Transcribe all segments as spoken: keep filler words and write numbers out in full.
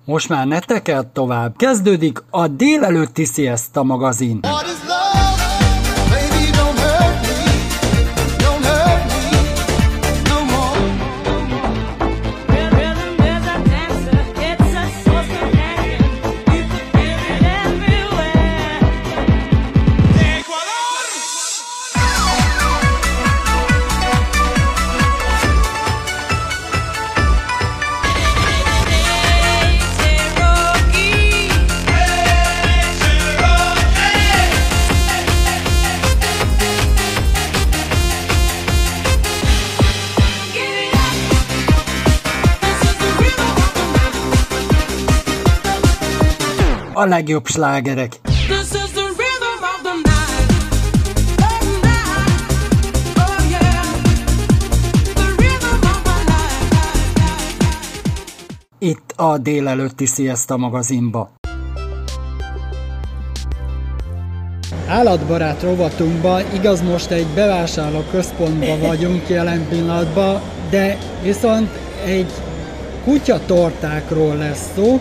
Most már ne tekerd tovább, kezdődik a délelőtti Sziaszta magazin. A legjobb slágerek. Itt a délelőtti Sziaszta magazinba. Állatbarát rovatunkban, igaz, most egy bevásárlóközpontban vagyunk jelen pillanatban, de viszont egy kutyatortákról lesz szó,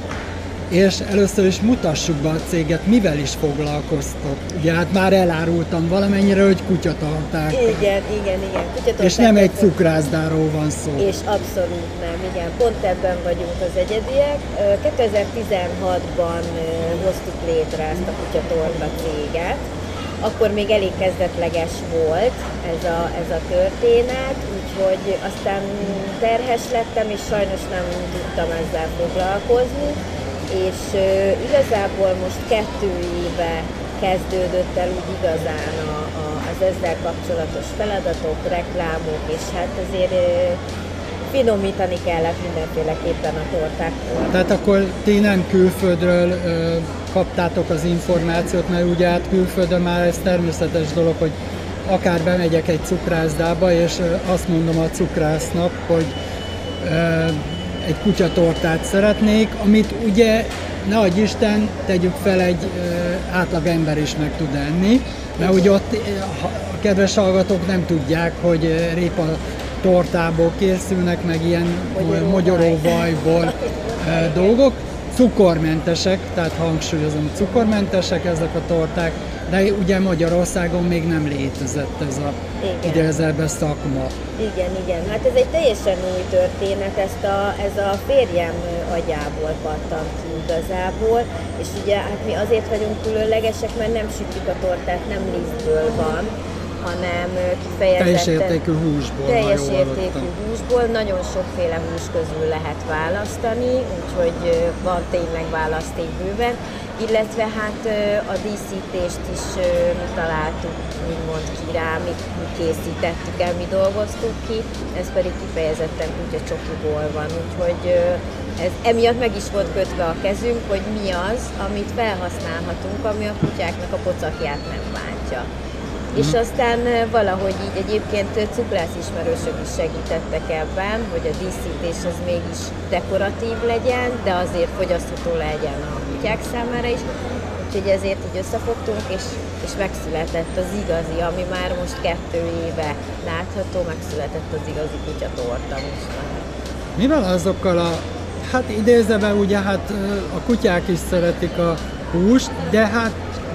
és először is mutassuk be a céget, mivel is foglalkoztok. Ugye hát már elárultam valamennyire, hogy kutyatorták. Igen, igen, igen. Kutyatorták. És nem egy cukrászdáról van szó. És abszolút nem, igen. Pont ebben vagyunk az egyediek. kétezer-tizenhatban hoztuk létre ezt a kutyatorta céget. Akkor még elég kezdetleges volt ez a, ez a történet, úgyhogy aztán terhes lettem, és sajnos nem tudtam ezzel foglalkozni. És uh, igazából most kettő éve kezdődött el úgy igazán a, a, az ezzel kapcsolatos feladatok, reklámok, és hát azért uh, finomítani kellett mindenféleképpen a tortákról. Tehát akkor ti nem külföldről uh, kaptátok az információt, mert ugye hát külföldön már ez természetes dolog, hogy akár bemegyek egy cukrászdába, és uh, azt mondom a cukrásznak, hogy uh, egy kutyatortát szeretnék, amit ugye, ne adj Isten, tegyük fel, egy uh, átlag ember is meg tud enni, mert ugye ott a kedves hallgatók nem tudják, hogy répa tortából készülnek, meg ilyen mogyoróvajból uh, dolgok. Cukormentesek, tehát hangsúlyozom, cukormentesek ezek a torták, de ugye Magyarországon még nem létezett ez a idézőjelben szakma. Igen, igen. Hát ez egy teljesen új történet, ezt a, ez a férjem agyából pattant ki igazából, és ugye hát mi azért vagyunk különlegesek, mert nem sütjük a tortát, nem lisztből van, hanem kifejezetten teljes értékű húsból. Teljes értékű húsból, nagyon sokféle hús közül lehet választani, úgyhogy van tényleg választék bőven, illetve hát a díszítést is mi találtuk, úgymond ki rá, mi, mi készítettük el, mi dolgoztuk ki, ez pedig kifejezetten kutya csokiból van, úgyhogy ez emiatt meg is volt kötve a kezünk, hogy mi az, amit felhasználhatunk, ami a kutyáknak a pocakját nem bántja. És aztán valahogy így egyébként cukrász ismerősök is segítettek ebben, hogy a díszítés az mégis dekoratív legyen, de azért fogyasztható legyen a kutyák számára is. Úgyhogy ezért így összefogtunk, és, és megszületett az igazi, ami már most kettő éve látható, megszületett az igazi kutyatorta most már. Mivel azokkal a, hát idézőben ugye hát a kutyák is szeretik a húst, de hát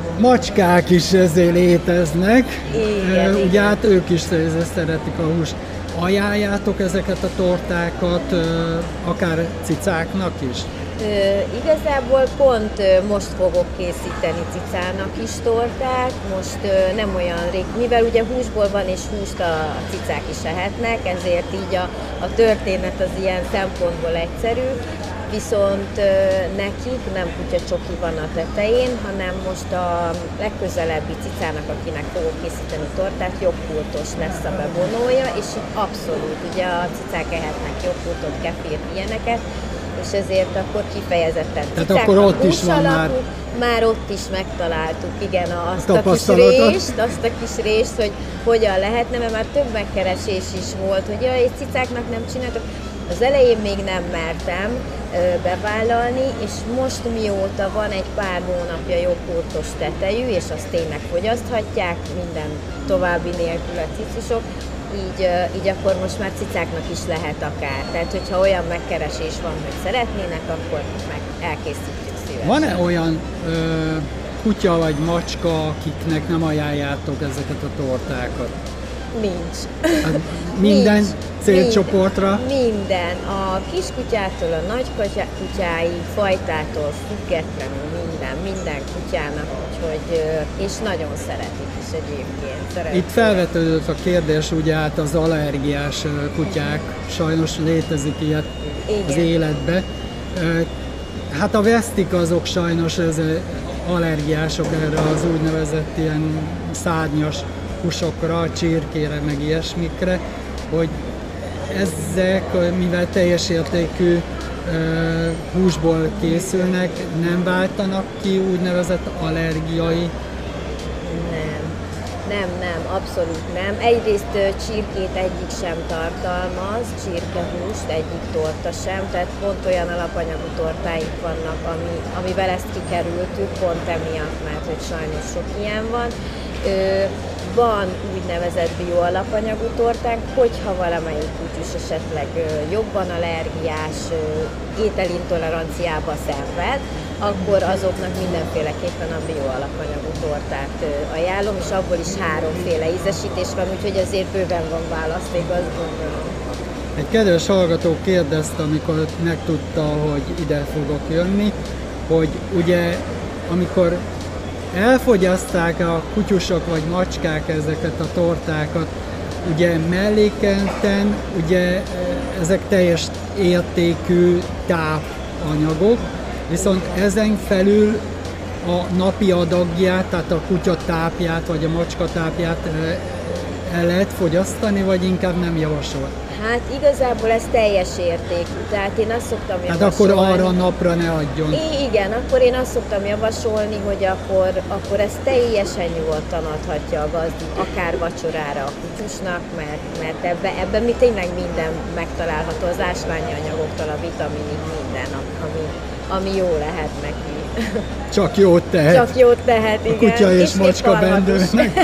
macskák is ezért léteznek, igen, ugye igen. hát ők is szeretik a húst. Ajánljátok ezeket a tortákat akár cicáknak is? Ö, igazából pont ö, most fogok készíteni cicának is tortát, most ö, nem olyan rég, mivel ugye húsból van és húst a, a cicák is ehetnek, ezért így a, a történet az ilyen szempontból egyszerű. Viszont nekik nem kutyacsoki van a tetején, hanem most a legközelebbi cicának, akinek fogok készíteni tortát, joghurtos lesz a bevonója, és így abszolút, ugye a cicák ehetnek joghurtot, kefírt, ilyeneket, és ezért akkor kifejezetten tehát akkor ott is van alapú, már... már ott is megtaláltuk, igen, azt a kis rést, azt a kis rést, hogy hogyan lehetne, mert már több megkeresés is volt, hogy jaj, cicáknak nem csináltak. Az elején még nem mertem ö, bevállalni, és most mióta van egy pár hónapja joghurtos tetejű, és azt tényleg fogyaszthatják minden további nélkül a cicusok, így, így akkor most már cicáknak is lehet akár. Tehát, hogyha olyan megkeresés van, hogy szeretnének, akkor meg elkészítjük szívesen. Van-e olyan ö, kutya vagy macska, akiknek nem ajánljátok ezeket a tortákat? Nincs. Hát minden Nincs. célcsoportra? Minden. A kiskutyától a nagy kutyáig, fajtától függetlenül minden, minden kutyának, úgyhogy, és nagyon szeretik is egyébként. Szeretik. Itt felvetődött a kérdés, ugye hát az allergiás kutyák, sajnos létezik ilyet Igen. az életbe. Hát a vesztik azok sajnos ez allergiások erre az úgynevezett ilyen szárnyas húsokra, csirkére, meg ilyesmikre, hogy ezek, mivel teljes értékű uh, húsból készülnek, nem váltanak ki úgynevezett allergiai? Nem, nem, nem, abszolút nem. Egyrészt csirkét egyik sem tartalmaz, csirkehúst, egyik torta sem, tehát pont olyan alapanyagú tortáink vannak, ami, amivel ezt kikerültük, pont emiatt, mert hogy sajnos sok ilyen van. Ö, Van úgynevezett bioalapanyagú tortánk, hogyha valamelyik kutyus esetleg jobban allergiás, ételintoleranciába szenved, akkor azoknak mindenféleképpen a bioalapanyagú tortát ajánlom, és abból is háromféle ízesítés van, úgyhogy azért bőven van választék, azt gondolom. Egy kedves hallgató kérdezte, amikor megtudta, hogy ide fogok jönni, hogy ugye amikor elfogyaszták a kutyusok vagy macskák ezeket a tortákat, ugye mellékelten, ugye ezek teljes értékű tápanyagok, viszont ezen felül a napi adagját, tehát a kutya tápját vagy a macska tápját el lehet fogyasztani, vagy inkább nem javasol? Hát igazából ez teljes értékű, tehát én azt szoktam javasolni. Hát akkor arra a napra ne adjon. I- igen, akkor én azt szoktam javasolni, hogy akkor, akkor ezt teljesen nyugodtan adhatja a gazdi, akár vacsorára a kutyusnak, mert, mert ebben ebbe mi tényleg minden megtalálható, az ásványi anyagoktól a vitaminig minden, ami, ami jó lehet neki. Csak jót tehet. Csak jót tehet, igen. A kutya és, és macska bendőnek.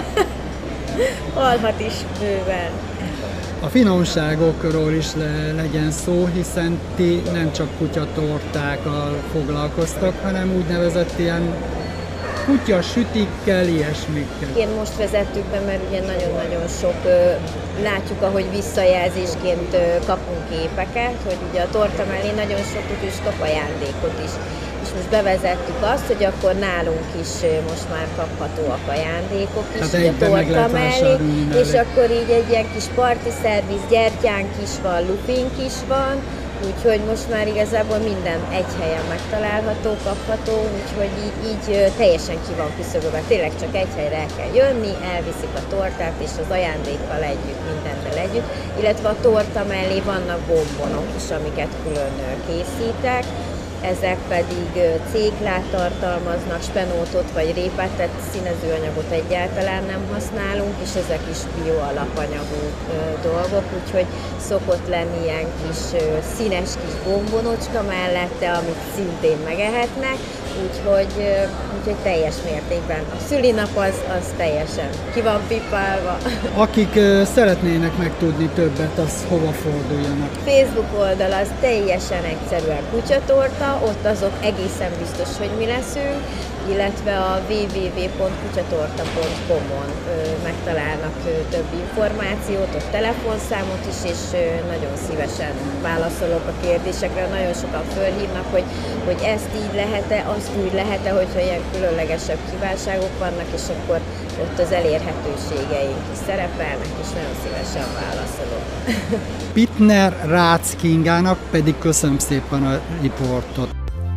Alhat is bőven. A finomságokról is le, legyen szó, hiszen ti nem csak kutyatortákkal foglalkoztak, hanem úgynevezett ilyen kutyasütikkel, ilyesmikkel. Én most vezettük be, mert ugye nagyon-nagyon sok, látjuk, ahogy visszajelzésként kapunk képeket, hogy ugye a torta mellé nagyon sok kutyus kap ajándékot is. És most bevezettük azt, hogy akkor nálunk is most már kaphatóak ajándékok is, hát a torta mellé, és akkor így egy ilyen kis parti szerviz, gyertyánk is van, lupink is van, úgyhogy most már igazából minden egy helyen megtalálható, kapható, úgyhogy így, így teljesen ki van küszöbölve, tényleg csak egy helyre el kell jönni, elviszik a tortát, és az ajándékkal együtt, mindennel együtt, illetve a torta mellé vannak bombonok is, amiket külön készítek, ezek pedig céklát tartalmaznak, spenótot vagy répát, tehát színezőanyagot egyáltalán nem használunk, és ezek is bioalapanyagú dolgok, úgyhogy szokott lenni ilyen kis színes kis bombonocska mellette, amit szintén megehetnek, úgyhogy, úgyhogy teljes mértékben. A szülinap az, az teljesen ki van pipálva. Akik szeretnének megtudni többet, az hova forduljanak? Facebook oldal az teljesen egyszerűen kutyatorta, ott azok egészen biztos, hogy mi leszünk, illetve a double-u double-u double-u pont kutyatorta pont com-on megtalálnak több információt, ott telefonszámot is, és nagyon szívesen válaszolok a kérdésekre. Nagyon sokan fölhívnak, hogy, hogy ezt így lehet-e, azt úgy lehet-e, hogyha ilyen különlegesebb kívánságok vannak, és akkor ott az elérhetőségeink is szerepelnek, és nagyon szívesen válaszolok. Pittner Rácz Kingának pedig köszönöm szépen a riportot.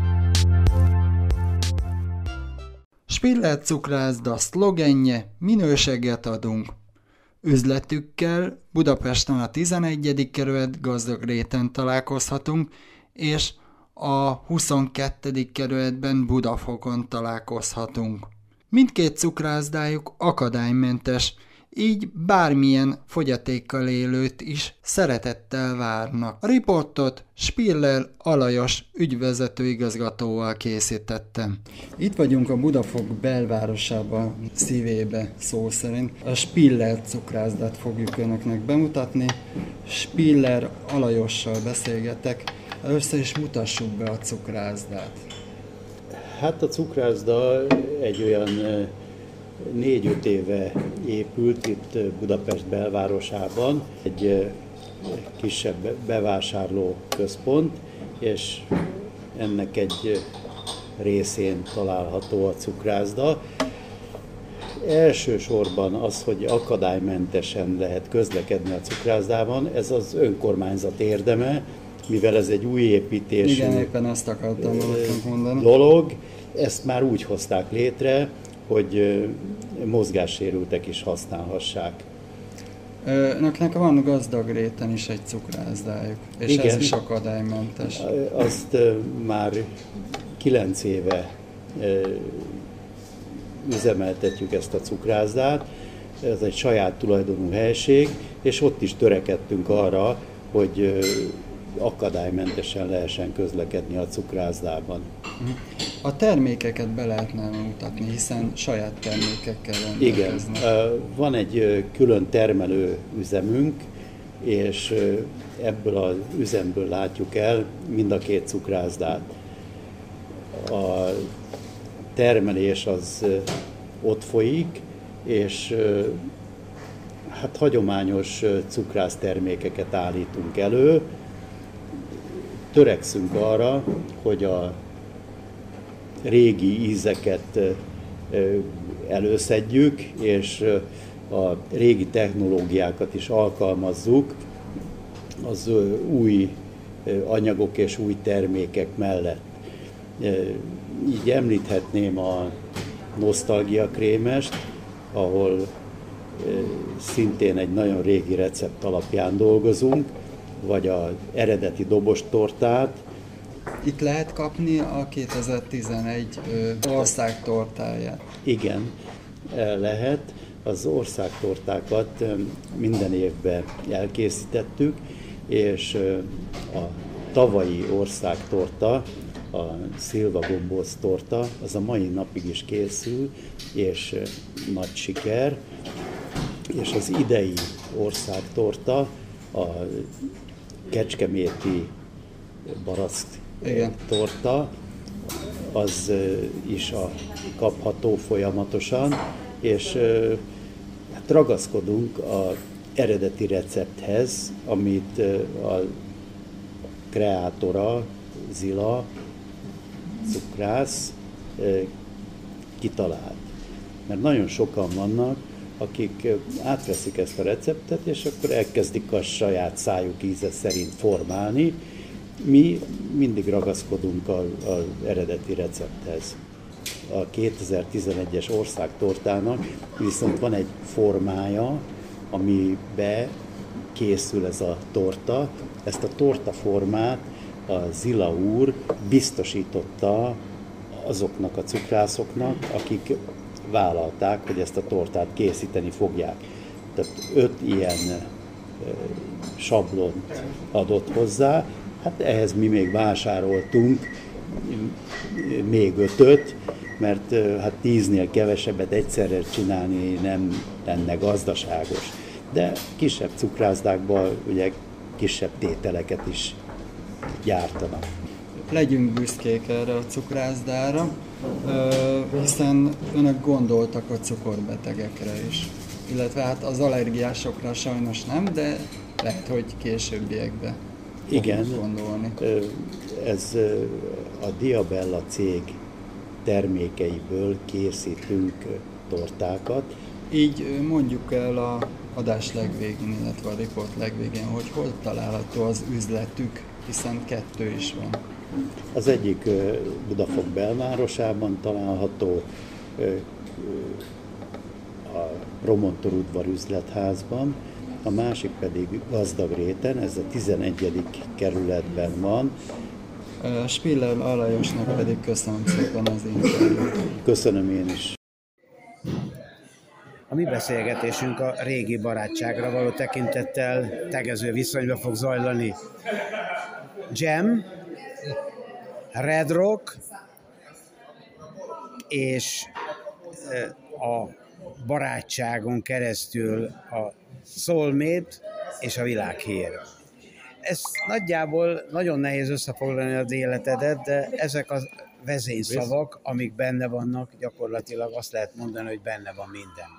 Spiller Cukrászda szlogenje: minőséget adunk. Üzletükkel Budapesten a tizenegyedik kerület Gazdagréten találkozhatunk, és a huszonkettedik kerületben Budafokon találkozhatunk. Mindkét cukrászdájuk akadálymentes, így bármilyen fogyatékkal élőt is szeretettel várnak. A riportot Spiller Alajos ügyvezető igazgatóval készítettem. Itt vagyunk a Budafok belvárosában, szívébe szó szerint. A Spiller cukrászdát fogjuk önöknek bemutatni. Spiller Alajossal beszélgetek. Először is mutassuk be a cukrászdát. Hát a cukrászda egy olyan négy-öt éve épült itt Budapest belvárosában, egy kisebb bevásárló központ, és ennek egy részén található a cukrászda. Elsősorban az, hogy akadálymentesen lehet közlekedni a cukrászdában, ez az önkormányzat érdeme, mivel ez egy új építésű Igen, éppen azt akartam mondani. dolog, ezt már úgy hozták létre, hogy mozgássérültek is használhassák. Önöknek van Gazdagréten is egy cukrászdájuk, és Igen. ez is akadálymentes. Azt már kilenc éve üzemeltetjük ezt a cukrászdát, ez egy saját tulajdonú helység, és ott is törekedtünk arra, hogy akadálymentesen lehessen közlekedni a cukrászdában. A termékeket be lehetne mutatni, hiszen saját termékekkel rendelkeznek. Igen, van egy külön termelő üzemünk, és ebből az üzemből látjuk el mind a két cukrászdát. A termelés az ott folyik, és hát hagyományos cukrásztermékeket állítunk elő. Törekszünk arra, hogy a régi ízeket előszedjük, és a régi technológiákat is alkalmazzuk az új anyagok és új termékek mellett. Így említhetném a nosztalgia krémest, ahol szintén egy nagyon régi recept alapján dolgozunk, vagy az eredeti dobostortát. Itt lehet kapni a kétezer-tizenegy országtortáját. Igen, lehet. Az országtortákat minden évben elkészítettük, és a tavalyi országtorta, a szilva gombóc torta, az a mai napig is készül, és nagy siker. És az idei országtorta, a kecskeméti barack Igen. torta, az is a kapható folyamatosan, és hát ragaszkodunk az eredeti recepthez, amit a kreátora, Zila, cukrász kitalált. Mert nagyon sokan vannak, akik átveszik ezt a receptet, és akkor elkezdik a saját szájuk íze szerint formálni. Mi mindig ragaszkodunk az eredeti recepthez. A kétezer-tizenegyes országtortának viszont van egy formája, amibe készül ez a torta. Ezt a tortaformát a Zila úr biztosította azoknak a cukrászoknak, akik vállalták, hogy ezt a tortát készíteni fogják. Tehát öt ilyen sablont adott hozzá, hát ehhez mi még vásároltunk még ötöt, mert hát tíznél kevesebbet egyszerre csinálni nem lenne gazdaságos. De kisebb cukrászdákban ugye kisebb tételeket is gyártanak. Legyünk büszkék erre a cukrászdára, hiszen önök gondoltak a cukorbetegekre is. Illetve hát az allergiásokra sajnos nem, de lehet, hogy későbbiekben Igen, gondolni. Ez a Diabella cég termékeiből készítünk tortákat. Így mondjuk el a adás legvégén, illetve a riport legvégén, hogy hol található az üzletük, hiszen kettő is van. Az egyik Budafok belvárosában található, a Romontor udvar üzletházban, a másik pedig Gazdagréten, ez a tizenegyedik kerületben van. Spiller Alajosnak pedig köszönöm szépen az interjút. Köszönöm én is. A mi beszélgetésünk a régi barátságra való tekintettel tegező viszonyba fog zajlani. Jam, Red Rock és a barátságon keresztül a Soulmate és a világhír. Ez nagyjából nagyon nehéz összefoglalni az életedet, de ezek a vezényszavak, amik benne vannak, gyakorlatilag azt lehet mondani, hogy benne van minden.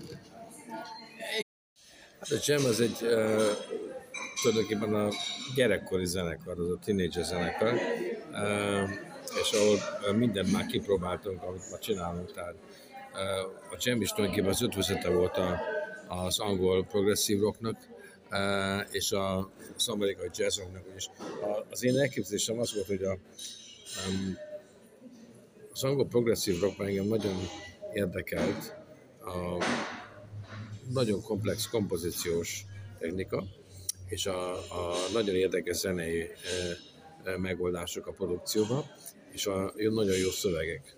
Hát a Jam az egy uh, tulajdonképpen a gyerekkori zenekar, az a teenager zenekar, uh, és ahol uh, mindent már kipróbáltunk, amit ma csinálunk. Tehát uh, a Jam is tulajdonképpen az ötvözete volt a, az angol progresszív rocknak, uh, és a, az amerikai jazz rocknak is. A, az én elképzelésem az volt, hogy a, um, az angol progresszív rockban engem nagyon érdekelt a nagyon komplex kompozíciós technika, és a, a nagyon érdekes zenei e, e, megoldások a produkcióban, és a nagyon jó szövegek.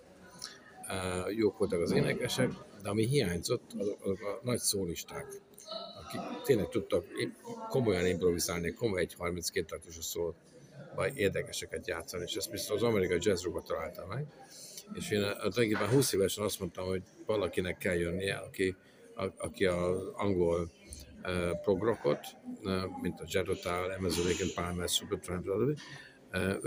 E, jók voltak az énekesek, de ami hiányzott, azok, azok a nagy szólisták, akik tényleg tudtak komolyan improvizálni, komoly egy harminckét taktusos szót, vagy érdekeseket játszani, és ezt biztos az amerikai jazz rockban találtam meg. És én tulajdonképpen húsz évesen azt mondtam, hogy valakinek kell jönnie, aki A, aki az angol uh, progrockot, uh, mint a Jet Rotal, Amazon Lake and Palmer, Supertramp, stb. Uh,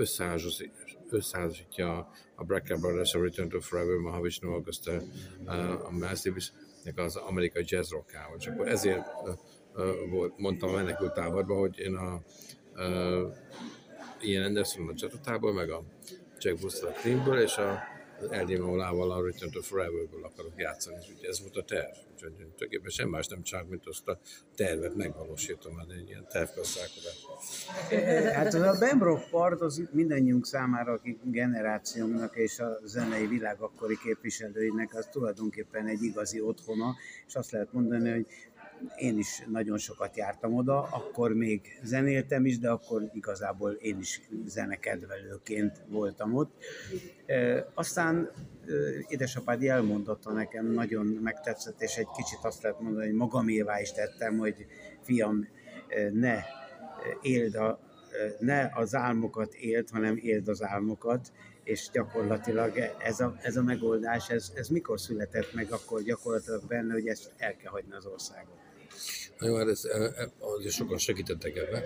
összeházasítja a Brecker Brothers, a Return to Forever, Mahavishnu Augusta, uh, a Miles Davisnek az amerikai jazz rockával. És akkor ezért uh, uh, volt, mondtam a menekült táborban, hogy én a uh, Ian Anderson a Jet Rotalból, meg a Jack Brewster a Creamből, és a Eldé Maulával a Return to Forever-ből akarok játszani, úgyhogy ez volt a terv. Úgyhogy tulajdonképpen sem más nem csinálok, mint azt a tervet megvalósítom, mert egy ilyen tervgazdálkodás. Hát az a Bembrock part az mindannyiunk számára, akik generációnknak és a zenei világ akkori képviselőinek az tulajdonképpen egy igazi otthona, és azt lehet mondani, hogy én is nagyon sokat jártam oda, akkor még zenéltem is, de akkor igazából én is zenekedvelőként voltam ott. E, aztán e, édesapád elmondotta nekem, nagyon megtetszett, és egy kicsit azt lehet mondani, hogy magamévá is tettem, hogy fiam, ne éld a, ne az álmokat éld, hanem éld az álmokat, és gyakorlatilag ez a, ez a megoldás, ez, ez mikor született meg akkor gyakorlatilag benne, hogy ezt el kell hagyni az országot? Na jó, hát ez, azért sokan segítettek ebben.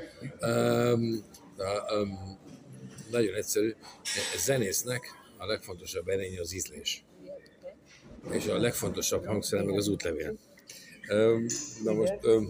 Um, um, nagyon egyszerű. A zenésznek a legfontosabb erénye az ízlés. És a legfontosabb hangszer meg az útlevél. Um, na most um,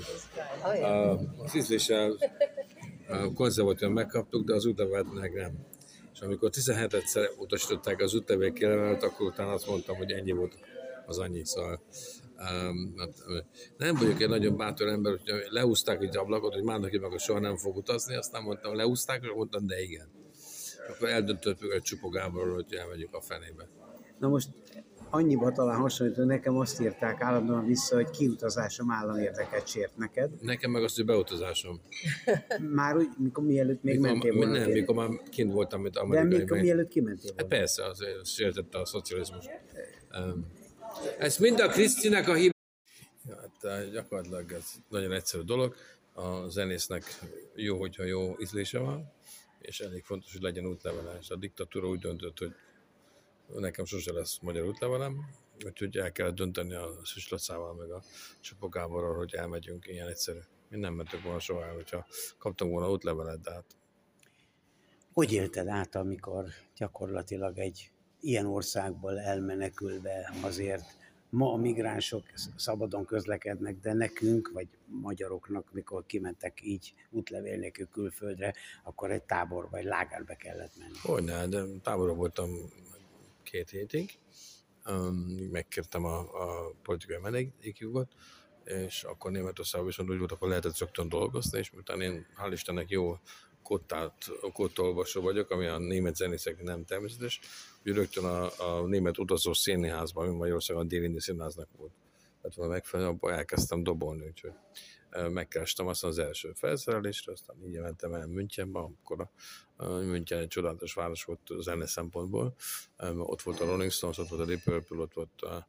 az ízléssel konzervatívan megkaptuk, de az útlevelet meg nem. És amikor tizenhetetszer utasították az útlevél kilevelet, akkor utána azt mondtam, hogy ennyi volt az annyi. Szóval um, hát, nem vagyok egy nagyon bátor ember, hogyha leúzták egy ablakot, hogy márnak ki meg, hogy soha nem fog utazni, aztán mondtam, leúzták, és mondtam, de igen. Akkor eldöntöttük egy Csupó Gáborról, hogy elmegyünk a fenébe. Na most annyiba talán hasonlító, nekem azt írták állandóan vissza, hogy kiutazásom államérdeket sért neked. Nekem meg azt, hogy beutazásom. Már úgy, mikor mielőtt még mikor, mentél volna? Nem, mikor már kint voltam, mint amerikai. De mikor mielőtt kimentél volna? Hát persze, azért sértette a szocializmus. Um, ez mind a Krisztinek a hív... Ja, hát gyakorlatilag ez nagyon egyszerű dolog. A zenésznek jó, hogyha jó ízlése van, és elég fontos, hogy legyen útlevele. És a diktatúra úgy döntött, hogy nekem sose lesz magyar útlevelem, úgyhogy el kellett dönteni a Szűcs Lacával, meg a Csupó Gáborral, hogy elmegyünk, ilyen egyszerű. Mi nem mentünk volna soha el, hogyha kaptam volna útlevelet, de hát... Hogy élted át, amikor gyakorlatilag egy ilyen országból elmenekülve azért ma a migránsok szabadon közlekednek, de nekünk, vagy magyaroknak, mikor kimentek így útlevél nélkül külföldre, akkor egy tábor vagy lágerbe kellett menni. Hogyne, de táborban voltam két hétig, megkértem a, a politikai menedékjogot, és akkor Németországban viszont úgy volt, akkor lehetett rögtön dolgozni, és utána én hál' Istennek jó kottát, kottolvasó vagyok, ami a német zenészek nem természetes, úgy rögtön a, a német utazó színházban, ami Magyarországon a Dél-Indi Színháznak volt. Tehát valami megfelelően, abban elkezdtem dobolni, úgyhogy megkerestem aztán az első felszerelésre, aztán így mentem el Münchenbe, akkor a, a München egy csodálatos város volt zene szempontból. Ott volt a Rolling Stones, ott volt a Deep Purple, ott volt a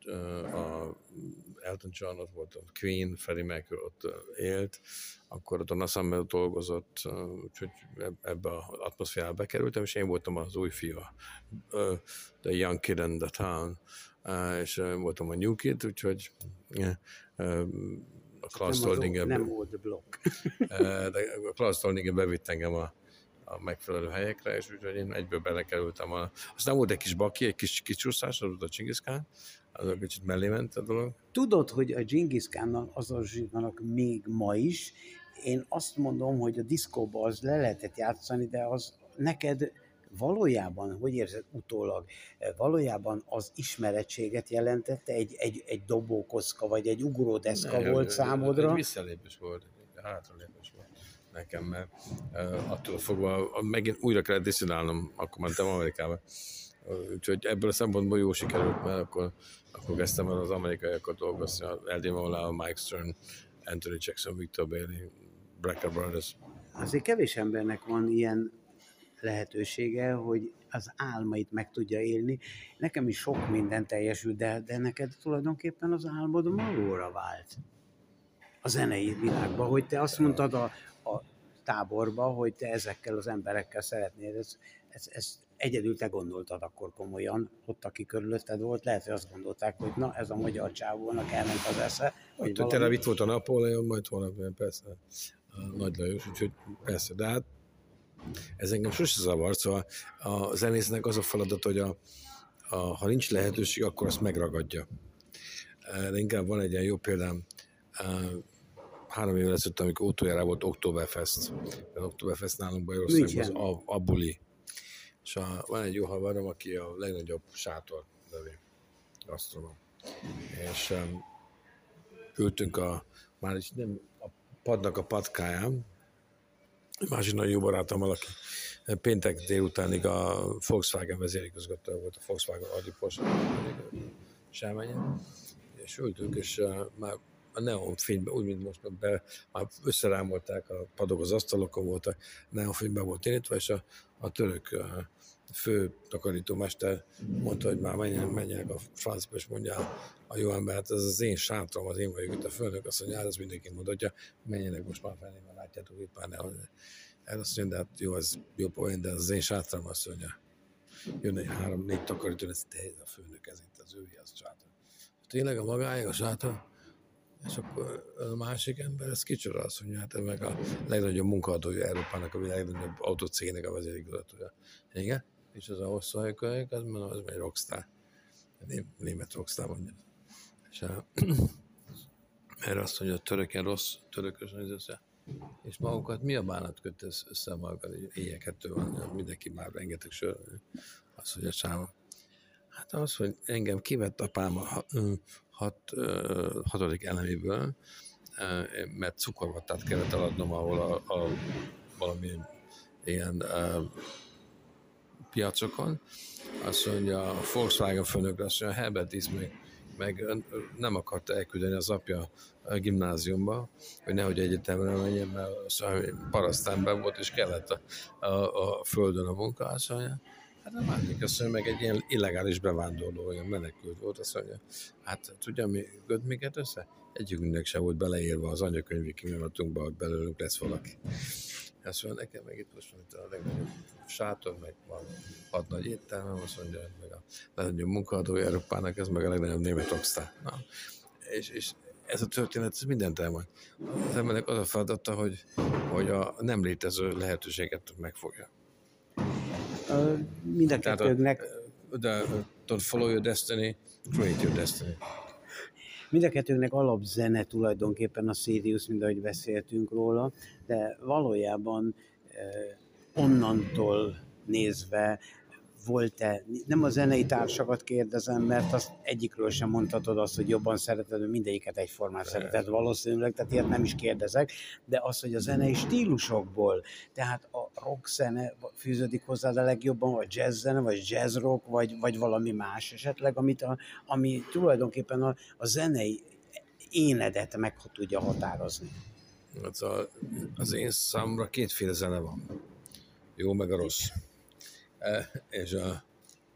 a Elton John ott volt, a Queen, Freddie Mercury ott élt, akkor ott a NASA mellett dolgozott, úgyhogy ebbe az atmoszférába bekerültem, és én voltam az új fiú, the young kid in the town, és voltam a new kid, úgyhogy a Klaus Toldinger, nem volt the block. de a Klaus Toldinger bevitt engem a, a megfelelő helyekre, és úgyhogy én egyből belekerültem. A, aztán volt egy kis baki, egy kis kicsúszás, az volt a Genghis Khan, az a kicsit mellé ment a dolog. Tudod, hogy a Genghis Khannal azonosítanak még ma is. Én azt mondom, hogy a diszkóban az le lehetett játszani, de az neked valójában, hogy érzed utólag, valójában az ismerettséget jelentette, egy, egy, egy dobókocka, vagy egy ugródeszka ne, volt számodra? Egy visszalépés volt, egy hátralépés volt nekem, mert uh, attól fogva megint újra kellett diszidálnom, akkor mentem Amerikába. Úgyhogy ebből a szempontból jó sikerült, mert akkor, akkor kezdtem el az amerikaiakat dolgozni, Eddie Mola, Mike Stern, Anthony Jackson, Victor Bailey, Brecker Brothers. Azért kevés embernek van ilyen lehetősége, hogy az álmait meg tudja élni. Nekem is sok minden teljesült, de, de neked tulajdonképpen az álmod valóra vált. A zenei világban, hogy te azt mondtad a, a táborba, hogy te ezekkel az emberekkel szeretnéd. Ez, ez, ez egyedül te gondoltad akkor komolyan, ott aki körülötted volt, lehet, hogy azt gondolták, hogy na, ez a magyar csávónak elment az esze. Hogy valami... Tényleg itt volt a Napóleon, majd holnap, persze, a Nagy Lajos, úgyhogy persze, de hát ez engem sose zavart, szóval a zenésznek az a feladat, hogy a, a, ha nincs lehetőség, akkor azt megragadja. De inkább van egy ilyen jó példám, három évvel ezelőtt, amikor utoljára volt Oktoberfest, az Oktoberfest nálunk Bajországban az a, a buli. És a, van egy jó haverom, aki a legnagyobb sátor lövé, gasztronom. És um, ültünk a, már is nem a padnak a patkáján, másik nagyon jó barátommal, aki péntek délutánig a Volkswagen vezérigazgatója volt, a Volkswagen Adipos Selmenyen, és ültünk, és uh, már a neonfényben, úgy, mint most be, már összerámolták a padok az asztalokon, volt a neonfényben volt érítve, és a, a török uh, fő takarítómester mondta, hogy már menjenek, menjenek a francba, és mondja a jó ember, hát ez az én sátram, az én vagyok itt a főnök, azt mondja, hát az mindenki mondhatja, menjenek most már felé, mert látjátok itt már nehogy. El azt mondja, de hát jó, az jó poén, de az én sátram, azt mondja. Jön egy három-négy takarító, ez te a főnök, ez itt az ői, az sátor. Tényleg a magája, a sátor? És akkor a másik ember, ez kicsoda, azt mondja, hát meg a legnagyobb munkaadója Európának, a világ legnagyobb autócégnek a vezérigazgatója. Igen? És az a hosszú hajkölyök, az mondom, az egy rockstar. Német rockstar mondja. És a, erre azt mondja, hogy töröken rossz, törökös néz össze. És magukat mi a bánat köt össze magukat, éjjel kettő van, mindenki már rengeteg sör. Azt mondja, csáva. Hát az, hogy engem kivett apám a hat, hatodik eleméből, mert cukorvattát kellett eladnom, ahol a, a valami ilyen a, piacokon. Azt mondja, a Volkswagen főnökre, azt mondja, Herbert is meg, meg nem akarta elküldeni az apja a gimnáziumba, hogy nehogy egyetemre menjen, mert szóval parasztember volt, és kellett a, a, a földön a munka, azt mondja. Hát a másik, azt mondja, meg egy ilyen illegális bevándorló, ilyen menekült volt, azt mondja, hát tudja, mi köt minket össze? Egyikünknek sem volt beleírva az anyakönyvi kinyomatunkba, hogy belőlünk lesz valaki. Azt mondja, nekem meg itt most mondja, a legnagyobb sátor, meg van hat nagy éttermem, azt mondja, meg a legnagyobb munkaadója Európának, ez meg a legnagyobb német rockstar. Na, és, és ez a történet, ez mindent elmond. Az embernek az a feladata, hogy, hogy a nem létező lehetőséget megfogja. Uh, mind a kettőnknek... De don't follow your destiny, create your destiny. Mind a kettőnknek alapzene tulajdonképpen a Sirius, mint ahogy beszéltünk róla, de valójában eh, onnantól nézve volt-e, nem a zenei társakat kérdezem, mert azt egyikről sem mondhatod azt, hogy jobban szereted, mindegyiket egyformán szereted valószínűleg, tehát ilyet nem is kérdezek, de az, hogy a zenei stílusokból, tehát a rock zene fűződik hozzá a legjobban, vagy jazz zene, vagy jazz rock, vagy, vagy valami más esetleg, amit a, ami tulajdonképpen a, a zenei énedet meg tudja határozni. Az, a, az én számomra kétféle zene van. Jó, meg a rossz. És a,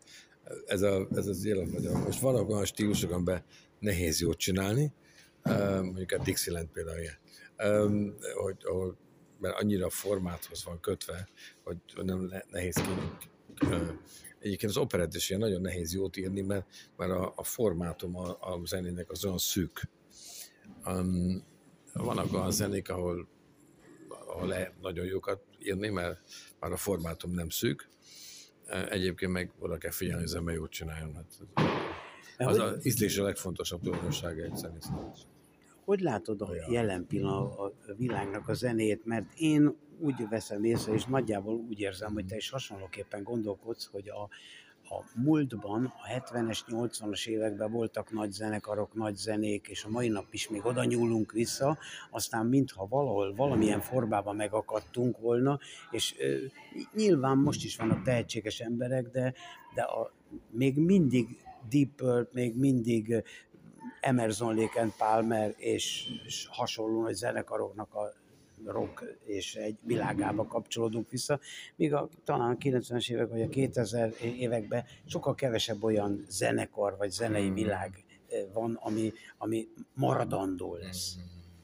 ez, a, ez az élet magyar. Most vannak olyan stílusok, amiben nehéz jót csinálni, mondjuk a Dixieland például ilyen, hogy, ahol, mert annyira a formáthoz van kötve, hogy nem nehéz ki. Egyébként az operett is ilyen nagyon nehéz jót írni, mert, mert a, a formátum a, a zenének az olyan szűk. Um, vannak olyan zenék, ahol, ahol lehet nagyon jókat írni, mert már a formátum nem szűk. Egyébként meg oda kell figyelni, hogy az ember jót csináljon. Hát az az ízlés a legfontosabb tulajdonsága egy zenésznek. Hogy látod a jelen pillanat a világnak a zenét? Mert én úgy veszem észre, és nagyjából úgy érzem, hogy te is hasonlóképpen gondolkodsz, hogy a, a múltban, a hetvenes, nyolcvanas években voltak nagy zenekarok, nagy zenék, és a mai nap is még oda nyúlunk vissza, aztán mintha valahol, valamilyen formában megakadtunk volna, és ö, nyilván most is vannak tehetséges emberek, de, de a, még mindig Deep Purple, még mindig Emerson, Lake and Palmer és, és hasonló nagy zenekaroknak a rock és egy világába kapcsolódunk vissza, míg a, talán a kilencvenes évek vagy a kétezer években sokkal kevesebb olyan zenekar vagy zenei világ van, ami, ami maradandó lesz.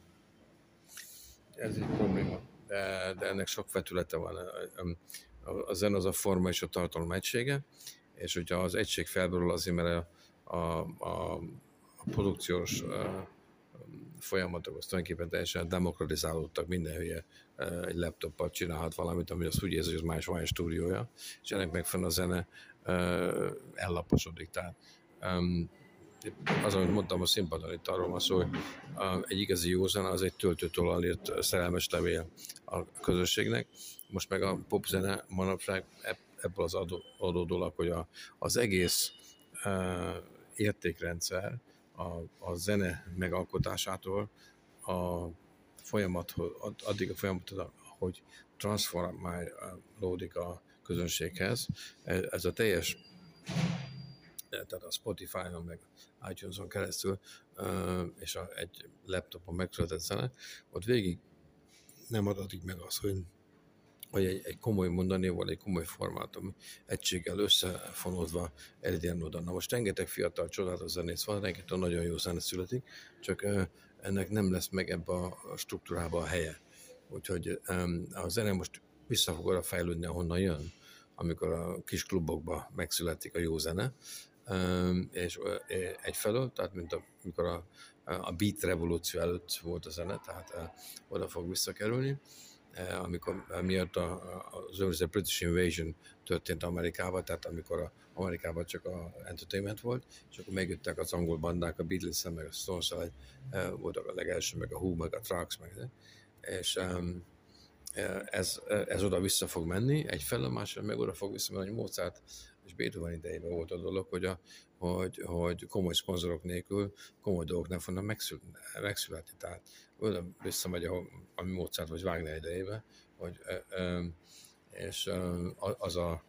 Ez egy probléma, de, de ennek sok vetülete van. A, a zene az a forma és a tartalom egysége, és hogyha az egység felborul azért, mert a, a, a a produkciós uh, folyamatok az tulajdonképpen teljesen demokratizálódtak, minden hülye uh, egy laptoppal csinálhat valamit, ami azt úgy érzi, hogy az más van egy stúdiója, és ennek megfelelően a zene uh, ellaposodik. Tehát um, az, amit mondtam a színpadon, itt arról van szó, hogy uh, egy igazi jó zene az egy töltőtollal írt szerelmes levél a közösségnek. Most meg a popzene manapság ebből az adó, adódólag, hogy a, az egész uh, értékrendszer A, a zene megalkotásától a folyamathoz, addig a folyamatot, hogy transformálódik a közönséghez. Ez a teljes, tehát a Spotify-on, meg iTunes-on keresztül, és a, egy laptopon megszületett zene, ott végig nem adatik meg az, hogy vagy egy, egy komoly mondanéval, egy komoly formátum egységgel összefonódva elérjen oda. Na most rengeteg fiatal, csodálatos zenész van, rengeteg nagyon jó zene születik, csak ennek nem lesz meg ebbe a struktúrába a helye. Úgyhogy a zene most vissza fog arra fejlődni, ahonnan jön, amikor a kis klubokban megszületik a jó zene, és egyfelől, tehát mint a, amikor a, a beat revolúció előtt volt a zene, tehát oda fog visszakerülni, amikor miatt az őrizet British Invasion történt Amerikában, tehát amikor a, Amerikában csak a entertainment volt, és akkor megjöttek az angol bandák, a Beatles, meg a Stones, voltak a legelső, meg a Who, meg a Trucks, meg, és ez, ez oda vissza fog menni, egyfelől, másfelől meg oda fog visszamenni, hogy Mozart és Beethoven idejében volt a dolog, hogy, a, hogy, hogy komoly szponzorok nélkül komoly dolgok nem fognak megszül, megszületni. Tehát oda visszamegy, ami Mozart vagy Wagner idejében, hogy, és az a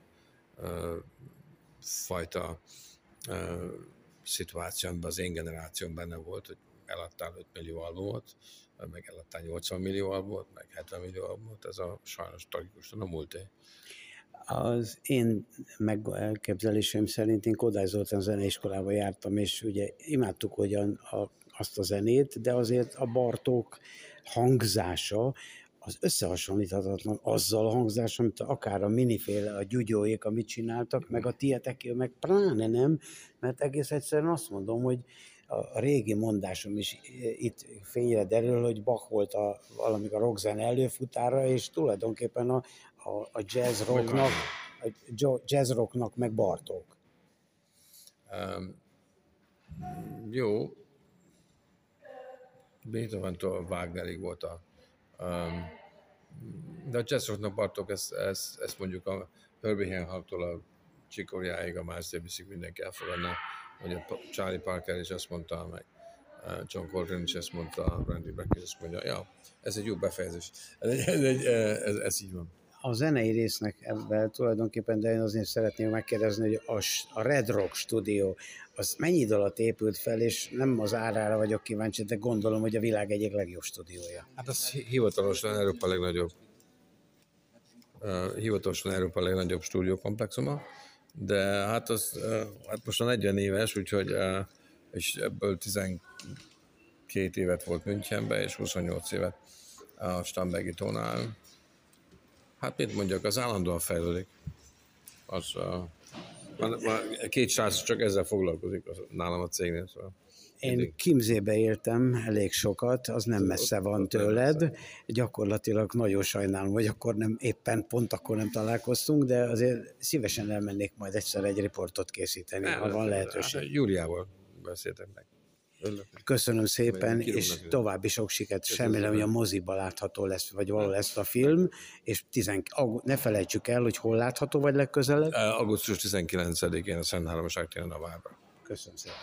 fajta szituáció, amiben az én generációm benne volt, hogy eladtál öt millió albumot, meg eladtál nyolcvan millió albumot, meg hetven millió albumot, ez a sajnos tragikusan a múlté. Az én meg elképzelésem szerint én Kodály Zoltán zeneiskolába jártam, és ugye imádtuk ugyan a, azt a zenét, de azért a Bartók hangzása az összehasonlíthatatlan azzal a hangzással, amit akár a miniféle, a gyugyóék, amit csináltak, meg a tieteké, meg pláne nem, mert egész egyszerűen azt mondom, hogy a régi mondásom is itt fényre derül, hogy Bach volt a, valamik a rockzene előfutára, és tulajdonképpen a, a, a jazz rocknak, a jazz rocknak meg Bartók. Um, jó. Beethoven-től Wagnerig volt a um, de a jazz rocknak Bartók, ezt, ezt, ezt mondjuk a Herbie Hancock-tól a Chick Coreáig, a Miles Davisig mindenki elfogadná, hogy a Charlie Parker is ezt mondta, meg John Coltrane is ezt mondta, Randy Brecker is ezt mondja. Ja, ez egy jó befejezés. Ez, ez, ez, ez, ez így van. A zenei résznek ebben tulajdonképpen, de én azért szeretném megkérdezni, hogy a, a Red Rock stúdió, az mennyi idő alatt épült fel, és nem az árára vagyok kíváncsi, de gondolom, hogy a világ egyik legjobb stúdiója. Hát az hivatalosan Európa legnagyobb uh, hivatalosan Európa legnagyobb stúdiókomplexuma. de hát, az, hát most a negyven éves, úgyhogy és ebből tizenkét évet volt Münchenben, és huszonnyolc évet a Starnbergi tónál. Hát mit mondjak, az állandóan fejlődik. Az, uh, két srác csak ezzel foglalkozik az, nálam a cégnél. Szóval. Én Kimzébe éltem elég sokat, az nem messze van tőled. Gyakorlatilag nagyon sajnálom, hogy akkor nem, éppen pont akkor nem találkoztunk, de azért szívesen elmennék majd egyszer egy riportot készíteni, nem, ha van lehetőség. Hát, Júliával beszéltem meg. Köszönöm szépen, és további sok sikert. Remélem, hogy a moziba látható lesz, vagy valahol lesz a film, és tizen... ne felejtsük el, hogy hol látható, vagy legközelebb? augusztus tizenkilencedikén a Szent Háromság téren a Várban. Köszönöm szépen.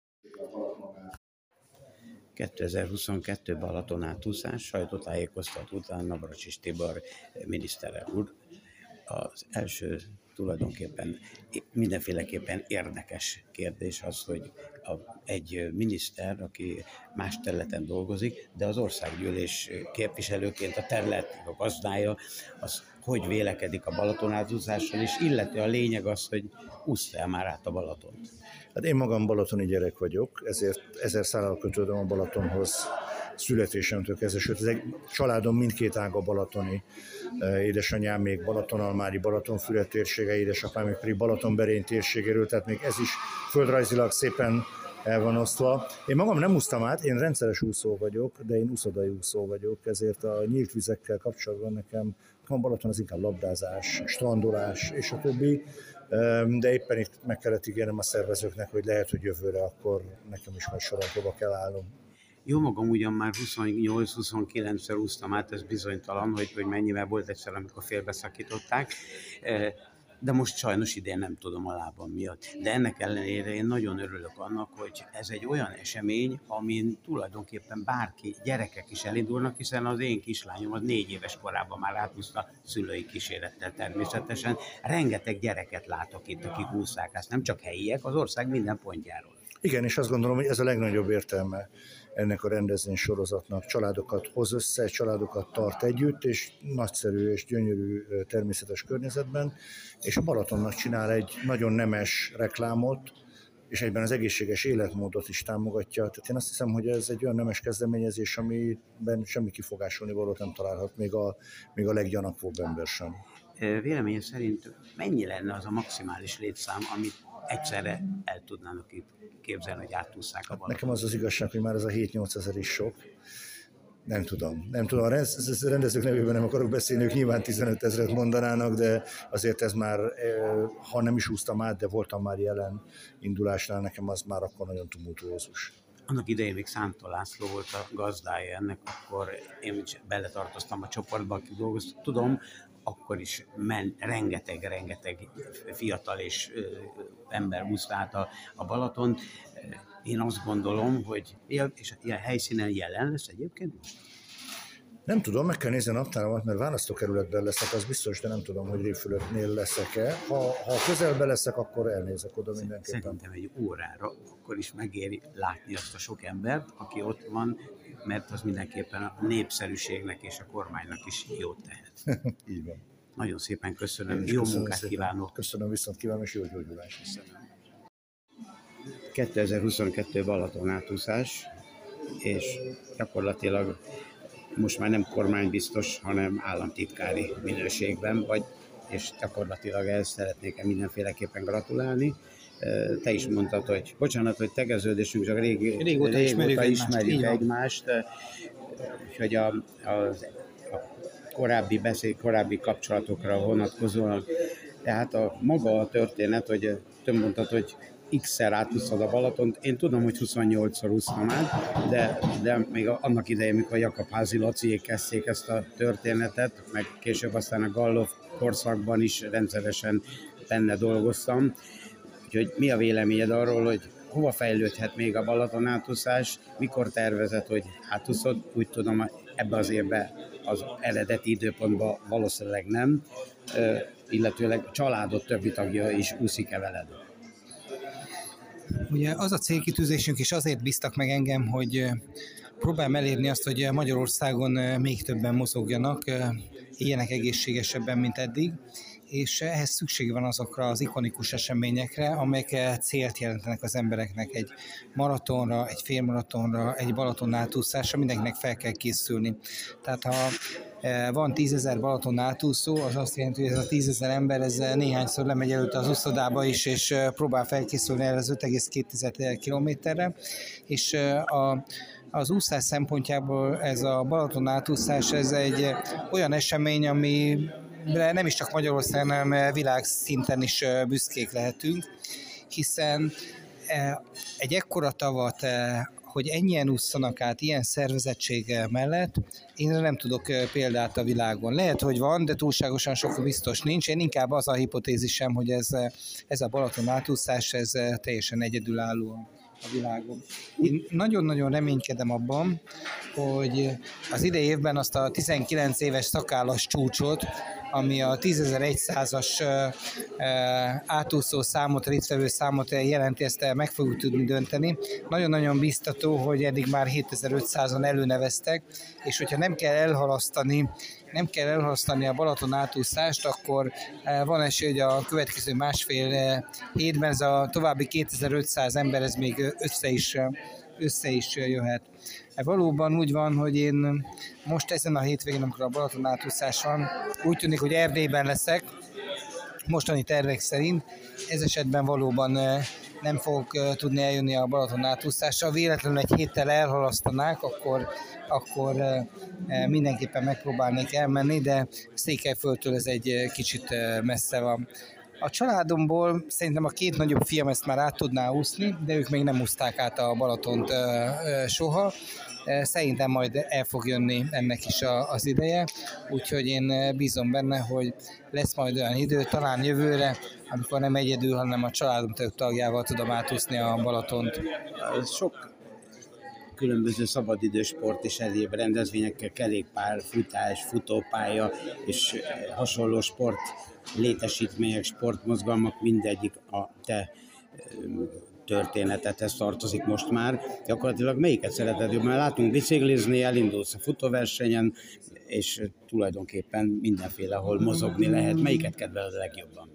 kétezer-huszonkettő Balaton átúszás, sajtótájékoztató után Navracsics Tibor miniszterelnök úr. Az első tulajdonképpen mindenféleképpen érdekes kérdés az, hogy a, egy miniszter, aki más területen dolgozik, de az országgyűlés képviselőként a terület a gazdája, az hogy vélekedik a Balaton átúszással, és illetve a lényeg az, hogy úszta el már át a Balatont. Hát én magam balatoni gyerek vagyok, ezért ezer szállal kötődöm a Balatonhoz születésemtől kezdve, sőt, az egy családom mindkét ága balatoni. Édesanyám még Balatonalmári, Balatonfüred térsége, édesapám még pedig Balatonberény térségéről, tehát még ez is földrajzilag szépen el van osztva. Én magam nem úsztam át, én rendszeres úszó vagyok, de én úszodai úszó vagyok, ezért a nyílt vizekkel kapcsolatban nekem a Balaton az inkább labdázás, strandolás és a többi, de éppen itt meg kellett ígérnem a szervezőknek, hogy lehet, hogy jövőre akkor nekem is majd sorokba kell állnom. Jó magam ugyan már huszonnyolc-huszonkilencszer úsztam át, ez bizonytalan, hogy, hogy mennyivel volt egyszer, amikor félbeszakították, de most sajnos idén nem tudom a lábam miatt. De ennek ellenére én nagyon örülök annak, hogy ez egy olyan esemény, amin tulajdonképpen bárki, gyerekek is elindulnak, hiszen az én kislányom az négy éves korában már átúszta szülői kísérettel természetesen. Rengeteg gyereket látok itt, akik ússzák, ezt nem csak helyiek, az ország minden pontjáról. Igen, és azt gondolom, hogy ez a legnagyobb értelme ennek a rendezvény sorozatnak. Családokat hoz össze, családokat tart együtt, és nagyszerű és gyönyörű természetes környezetben, és a Balatonnak csinál egy nagyon nemes reklámot, és egyben az egészséges életmódot is támogatja. Tehát én azt hiszem, hogy ez egy olyan nemes kezdeményezés, amiben semmi kifogásolni valót nem találhat, még a, még a leggyanakvóbb ember sem. Véleményem szerint mennyi lenne az a maximális létszám, amit egyszerre el tudnának itt képzelni, hogy átússzák a Balaton? Nekem az az igazság, hogy már ez a hét-nyolc ezer is sok. Nem tudom. Nem tudom, a rendezők nevében nem akarok beszélni, ők nyilván tizenöt ezret mondanának, de azért ez már, ha nem is úsztam át, de voltam már jelen indulásnál, nekem az már akkor nagyon tumultuózus. Annak idején még Szántó László volt a gazdája ennek, akkor én is beletartoztam a csoportba, aki dolgoztam. Tudom, akkor is ment rengeteg-rengeteg fiatal és ö, ember úszta át a, a Balaton. Én azt gondolom, hogy és ilyen helyszínen jelen lesz egyébként most? Nem tudom, meg kell nézni a naptáramat, mert választókerületben leszek, az biztos, de nem tudom, hogy Révfülöpnél leszek-e. Ha, ha közelben leszek, akkor elnézek oda mindenképpen. Szerintem egy órára akkor is megéri látni azt a sok embert, aki ott van, mert az mindenképpen a népszerűségnek és a kormánynak is jót tehet. Így van. Nagyon szépen köszönöm, jó köszönöm munkát szépen. Kívánok. Köszönöm, viszont kívánom, és jó gyógyulást. Köszönöm. kétezer-huszonkettő Balaton átúszás, és gyakorlatilag most már nem kormánybiztos, hanem államtitkári minőségben vagy, és gyakorlatilag ezt szeretnék mindenféleképpen gratulálni. Te is mondtad, hogy bocsánat, hogy tegeződésünk, csak régi, régóta, régóta ismerjük, ismerjük egymást, egymást, hogy a, a, a korábbi beszél, korábbi kapcsolatokra vonatkozóan. Tehát a maga a történet, hogy te mondtad, hogy x-szer átúsztad a Balatont. Én tudom, hogy huszonnyolcszor úsztam át, de, de még annak idején, mikor Jakab Házi Laciék kezdték ezt a történetet, meg később aztán a Gallov korszakban is rendszeresen benne dolgoztam. Úgyhogy mi a véleményed arról, hogy hova fejlődhet még a Balaton átúszás, mikor tervezed, hogy átúszod? Úgy tudom, ebbe az évben az eredeti időpontban valószínűleg nem, illetőleg a családod többi tagja is úszik-e veled? Ugye az a célkitűzésünk, és azért bíztak meg engem, hogy próbálom elérni azt, hogy Magyarországon még többen mozogjanak, éljenek egészségesebben, mint eddig, és ehhez szükség van azokra az ikonikus eseményekre, amelyek célt jelentenek az embereknek. Egy maratonra, egy félmaratonra, egy Balaton átúszásra mindenkinek fel kell készülni. Tehát ha van tízezer Balaton átúszó, az azt jelenti, hogy ez a tízezer ember ez néhányszor lemegy előtte az úszodába is, és próbál felkészülni erre az öt egész két kilométerre, és a Az úszás szempontjából ez a Balaton átúszás, ez egy olyan esemény, amire nem is csak Magyarországon, hanem világszinten is büszkék lehetünk, hiszen egy ekkora tavat, hogy ennyien ússzanak át ilyen szervezettség mellett, én nem tudok példát a világon. Lehet, hogy van, de túlságosan sok biztos nincs. Én inkább az a hipotézisem, hogy ez, ez a Balaton átúszás, ez teljesen egyedülálló a világon. Én nagyon-nagyon reménykedem abban, hogy az idei évben azt a tizenkilenc éves szakállas csúcsot, ami a tízezer-százas átúszó számot, résztvevő számot jelenti, ezt meg fogjuk tudni dönteni. Nagyon-nagyon biztató, hogy eddig már hétezer-ötszázan előneveztek, és hogyha nem kell elhalasztani, nem kell elhalasztani a Balaton átúszást, akkor van esély, hogy a következő másfél hétben ez a további kétezer-ötszáz ember ez még össze is, össze is jöhet. Valóban úgy van, hogy én most ezen a hétvégén, amikor a Balaton átúszás van, úgy tűnik, hogy Erdélyben leszek, mostani tervek szerint. Ez esetben valóban nem fogok tudni eljönni a Balaton átúszásra. Véletlenül egy héttel elhalasztanák, akkor, akkor mindenképpen megpróbálnék elmenni, de Székelyföldtől ez egy kicsit messze van. A családomból szerintem a két nagyobb fiam ezt már át tudná úszni, de ők még nem úszták át a Balatont soha. Szerintem majd el fog jönni ennek is az ideje, úgyhogy én bízom benne, hogy lesz majd olyan idő, talán jövőre, amikor nem egyedül, hanem a családom több tagjával tudom átúszni a Balatont. Sok különböző szabadidős sport és egyéb rendezvényekkel, kerékpár, futás, futópálya és hasonló sport létesítmények, sportmozgalmak, mindegyik a te történetethez tartozik most már. Gyakorlatilag melyiket szereted jobban? Mert látunk biciklizni, elindulsz a futóversenyen, és tulajdonképpen mindenféle, ahol mozogni lehet. Melyiket kedveled a legjobban?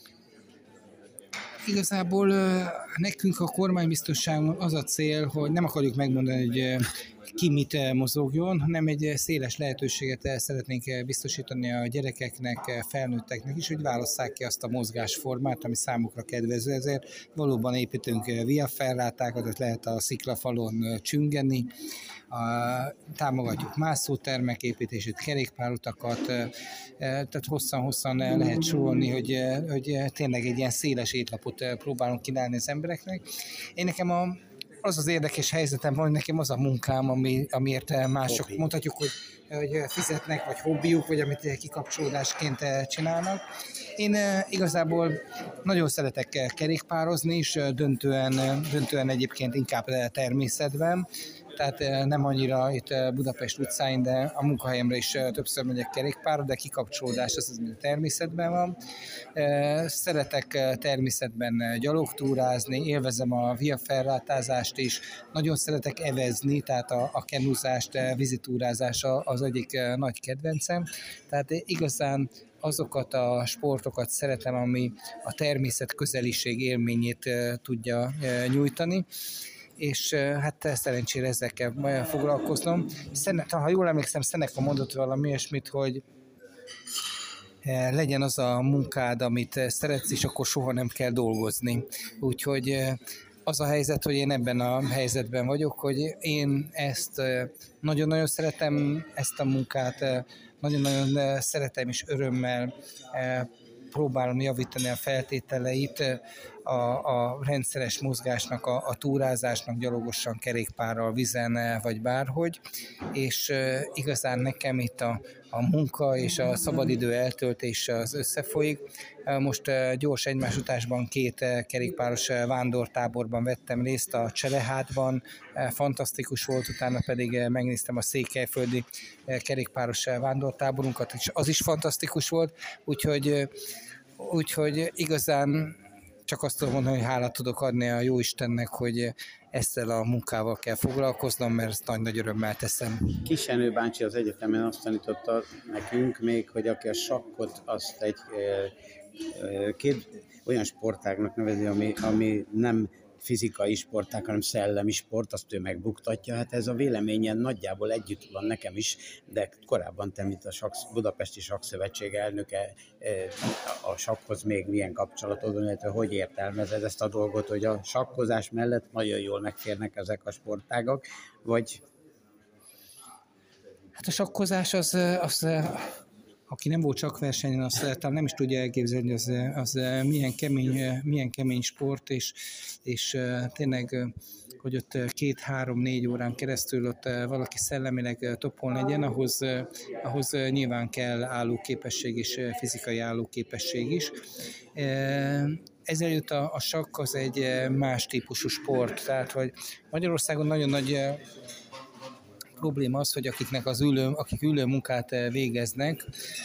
Igazából nekünk a kormánybiztosságon az a cél, hogy nem akarjuk megmondani, hogy ki mit mozogjon, hanem egy széles lehetőséget szeretnénk biztosítani a gyerekeknek, felnőtteknek is, hogy válasszák ki azt a mozgásformát, ami számukra kedvező. Ezért valóban építünk viaferrátákat, tehát lehet a sziklafalon csüngeni, a, támogatjuk mászótermek építését, kerékpárutakat, tehát hosszan-hosszan lehet sorolni, hogy, hogy tényleg egy ilyen széles étlapot próbálunk kínálni az embereknek. Én nekem a az az érdekes helyzetem van, hogy nekem az a munkám, ami, amiért mások hobbi. Mondhatjuk, hogy, hogy fizetnek, vagy hobbiuk, vagy amit kikapcsolódásként csinálnak. Én igazából nagyon szeretek kerékpározni, és döntően, döntően egyébként inkább természetben. Tehát nem annyira itt Budapest utcáin, de a munkahelyemre is többször megyek kerékpárra, de kikapcsolódás az, az természetben van. Szeretek természetben gyalogtúrázni, élvezem a viaferrátázást is, nagyon szeretek evezni, tehát a, a kenúzást, vízitúrázás az egyik nagy kedvencem. Tehát igazán azokat a sportokat szeretem, ami a természet közeliség élményét tudja nyújtani, és hát szerencsére ezzel kell foglalkoznom. Szene, ha jól emlékszem, Seneca mondott valami ilyesmit, hogy legyen az a munkád, amit szeretsz, és akkor soha nem kell dolgozni. Úgyhogy az a helyzet, hogy én ebben a helyzetben vagyok, hogy én ezt nagyon-nagyon szeretem, ezt a munkát, nagyon-nagyon szeretem, és örömmel próbálom javítani a feltételeit a, a rendszeres mozgásnak, a, a túrázásnak, gyalogosan, kerékpárral, vizen, vagy bárhogy, és uh, igazán nekem itt a, a munka és a szabadidő eltöltés az összefolyik. Uh, most uh, gyors egymás utásban két uh, kerékpáros uh, vándortáborban vettem részt, a Cserehátban, uh, fantasztikus volt, utána pedig uh, megnéztem a székelyföldi uh, kerékpáros uh, vándortáborunkat, és az is fantasztikus volt, úgyhogy uh, Úgyhogy igazán csak azt tudom mondani, hogy hálát tudok adni a Jóistennek, hogy ezzel a munkával kell foglalkoznom, mert ezt nagy-nagy örömmel teszem. Kisenő bácsi az egyetemen azt tanította nekünk még, hogy aki a sakkot azt egy két olyan sportágnak nevezi, ami, ami nem fizikai sportág, hanem szellemi sport, azt ő megbuktatja. Hát ez a véleményen nagyjából együtt van nekem is, de korábban te, mint a Saksz, Budapesti Sakszövetség elnöke, a sakkhoz még milyen kapcsolatod van, illetve hogy értelmezed ezt a dolgot, hogy a sakkozás mellett nagyon jól megférnek ezek a sportágak, vagy... Hát a sakkozás az... az aki nem volt csak versenyen, azt talán nem is tudja elképzelni, az, az milyen, kemény, milyen kemény sport, és, és tényleg, hogy ott két-három-négy órán keresztül ott valaki szellemileg toppon legyen, ahhoz, ahhoz nyilván kell állóképesség és fizikai állóképesség is. Ezelőtt a, a sakk az egy más típusú sport, tehát hogy Magyarországon nagyon nagy probléma az, hogy akiknek az ülő, akik ülő munkát végeznek,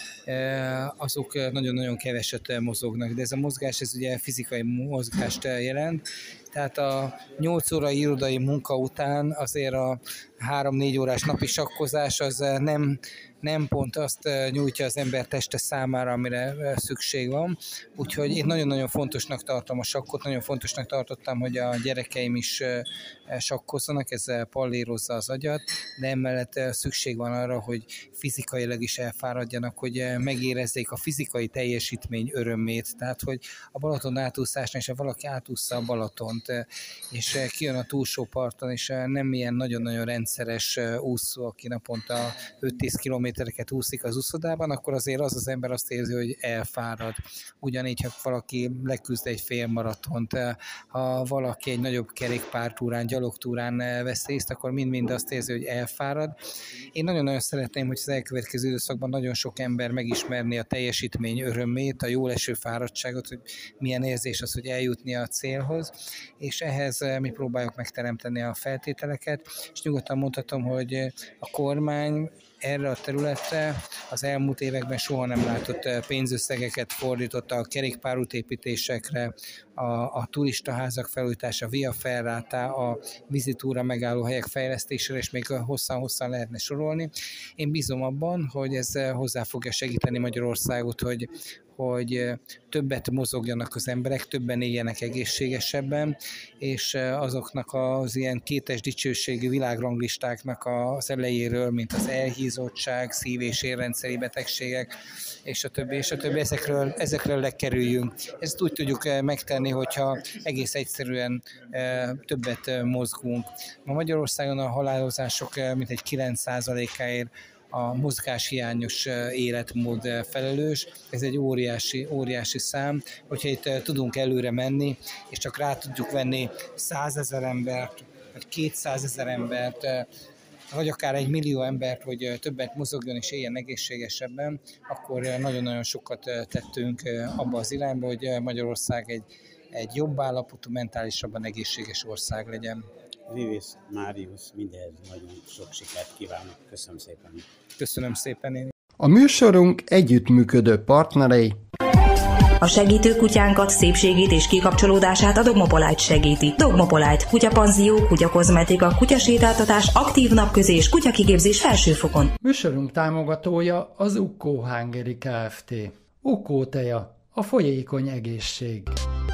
azok nagyon-nagyon keveset mozognak, de ez a mozgás, ez ugye fizikai mozgást jelent, tehát a nyolc órai irodai munka után azért a három-négy órás napi sakkozás az nem, nem pont azt nyújtja az ember teste számára, amire szükség van. Úgyhogy én nagyon-nagyon fontosnak tartom a sakkot, nagyon fontosnak tartottam, hogy a gyerekeim is sakkozzanak, ez pallérozza az agyat, de emellett szükség van arra, hogy fizikailag is elfáradjanak, hogy megérezzék a fizikai teljesítmény örömét. Tehát, hogy a Balaton átúszásnál, és ha valaki átúszza a Balatont, és kijön a túlsó parton, és nem ilyen nagyon-nagyon rendszeres úszó, aki naponta öt-tíz kilométereket úszik az úszodában, akkor azért az az ember azt érzi, hogy elfárad. Ugyanígy, ha valaki leküzd egy félmaratont, ha valaki egy nagyobb kerékpártúrán, gyalogtúrán vesz részt, akkor mind-mind azt érzi, hogy elfárad. Én nagyon-nagyon szeretném, hogy az elkövetkező időszakban nagyon sok ember megismerni a teljesítmény örömét, a jól eső fáradtságot, hogy milyen érzés az, hogy eljutni a célhoz, és ehhez mi próbáljuk megteremteni a feltételeket, és nyugodtan mondhatom, hogy a kormány erre a területre az elmúlt években soha nem látott pénzösszegeket fordított a kerékpárútépítésekre, a, a turistaházak felújítása, Via Ferrata, a vizitúra megállóhelyek fejlesztésére, és még hosszan-hosszan lehetne sorolni. Én bízom abban, hogy ez hozzá fogja segíteni Magyarországot, hogy hogy többet mozogjanak az emberek, többen éljenek egészségesebben, és azoknak az ilyen kétes dicsőségű világranglistáknak az elejéről, mint az elhízottság, szív- és érrendszeri betegségek, és a többi, és a többi, ezekről, ezekről lekerüljünk. Ezt úgy tudjuk megtenni, hogyha egész egyszerűen többet mozgunk. Ma Magyarországon a halálozások mintegy kilenc százalékáért a mozgáshiányos életmód felelős. Ez egy óriási, óriási szám, hogyha itt tudunk előre menni, és csak rá tudjuk venni százezer embert, vagy kétszázezer embert, vagy akár egy millió embert, hogy többet mozogjon és éljen egészségesebben, akkor nagyon-nagyon sokat tettünk abba az irányba, hogy Magyarország egy, egy jobb állapotú, mentálisabban egészséges ország legyen. Vivész Máriusz, mindez nagyon sok sikert kívánok. Köszönöm szépen. Köszönöm szépen én. A műsorunk együttműködő partnerei. A segítő kutyánkat, szépségét és kikapcsolódását a Dogmopolite segíti. Dogmopolite, kutyapanzió, kutyakozmetika, kutyasétáltatás, aktív napközés, kutyakigépzés felsőfokon. Műsorunk támogatója az Ukkó Hungary Kft. Ukkó teja, a folyékony egészség.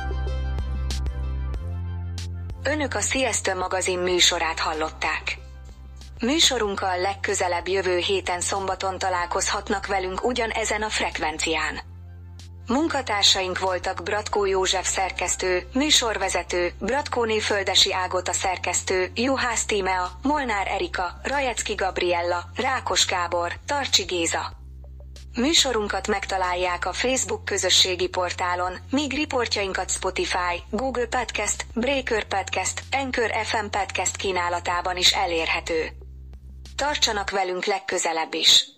Önök a Sziasztő magazin műsorát hallották. Műsorunkkal legközelebb jövő héten szombaton találkozhatnak velünk ugyanezen a frekvencián. Munkatársaink voltak Bratkó József szerkesztő, műsorvezető, Bratkóné Földesi Ágota szerkesztő, Juhász Tímea, Molnár Erika, Rajecki Gabriella, Rákos Gábor, Tarcsi Géza. Műsorunkat megtalálják a Facebook közösségi portálon, míg riportjainkat Spotify, Google Podcast, Breaker Podcast, Anchor ef em Podcast kínálatában is elérhető. Tartsanak velünk legközelebb is!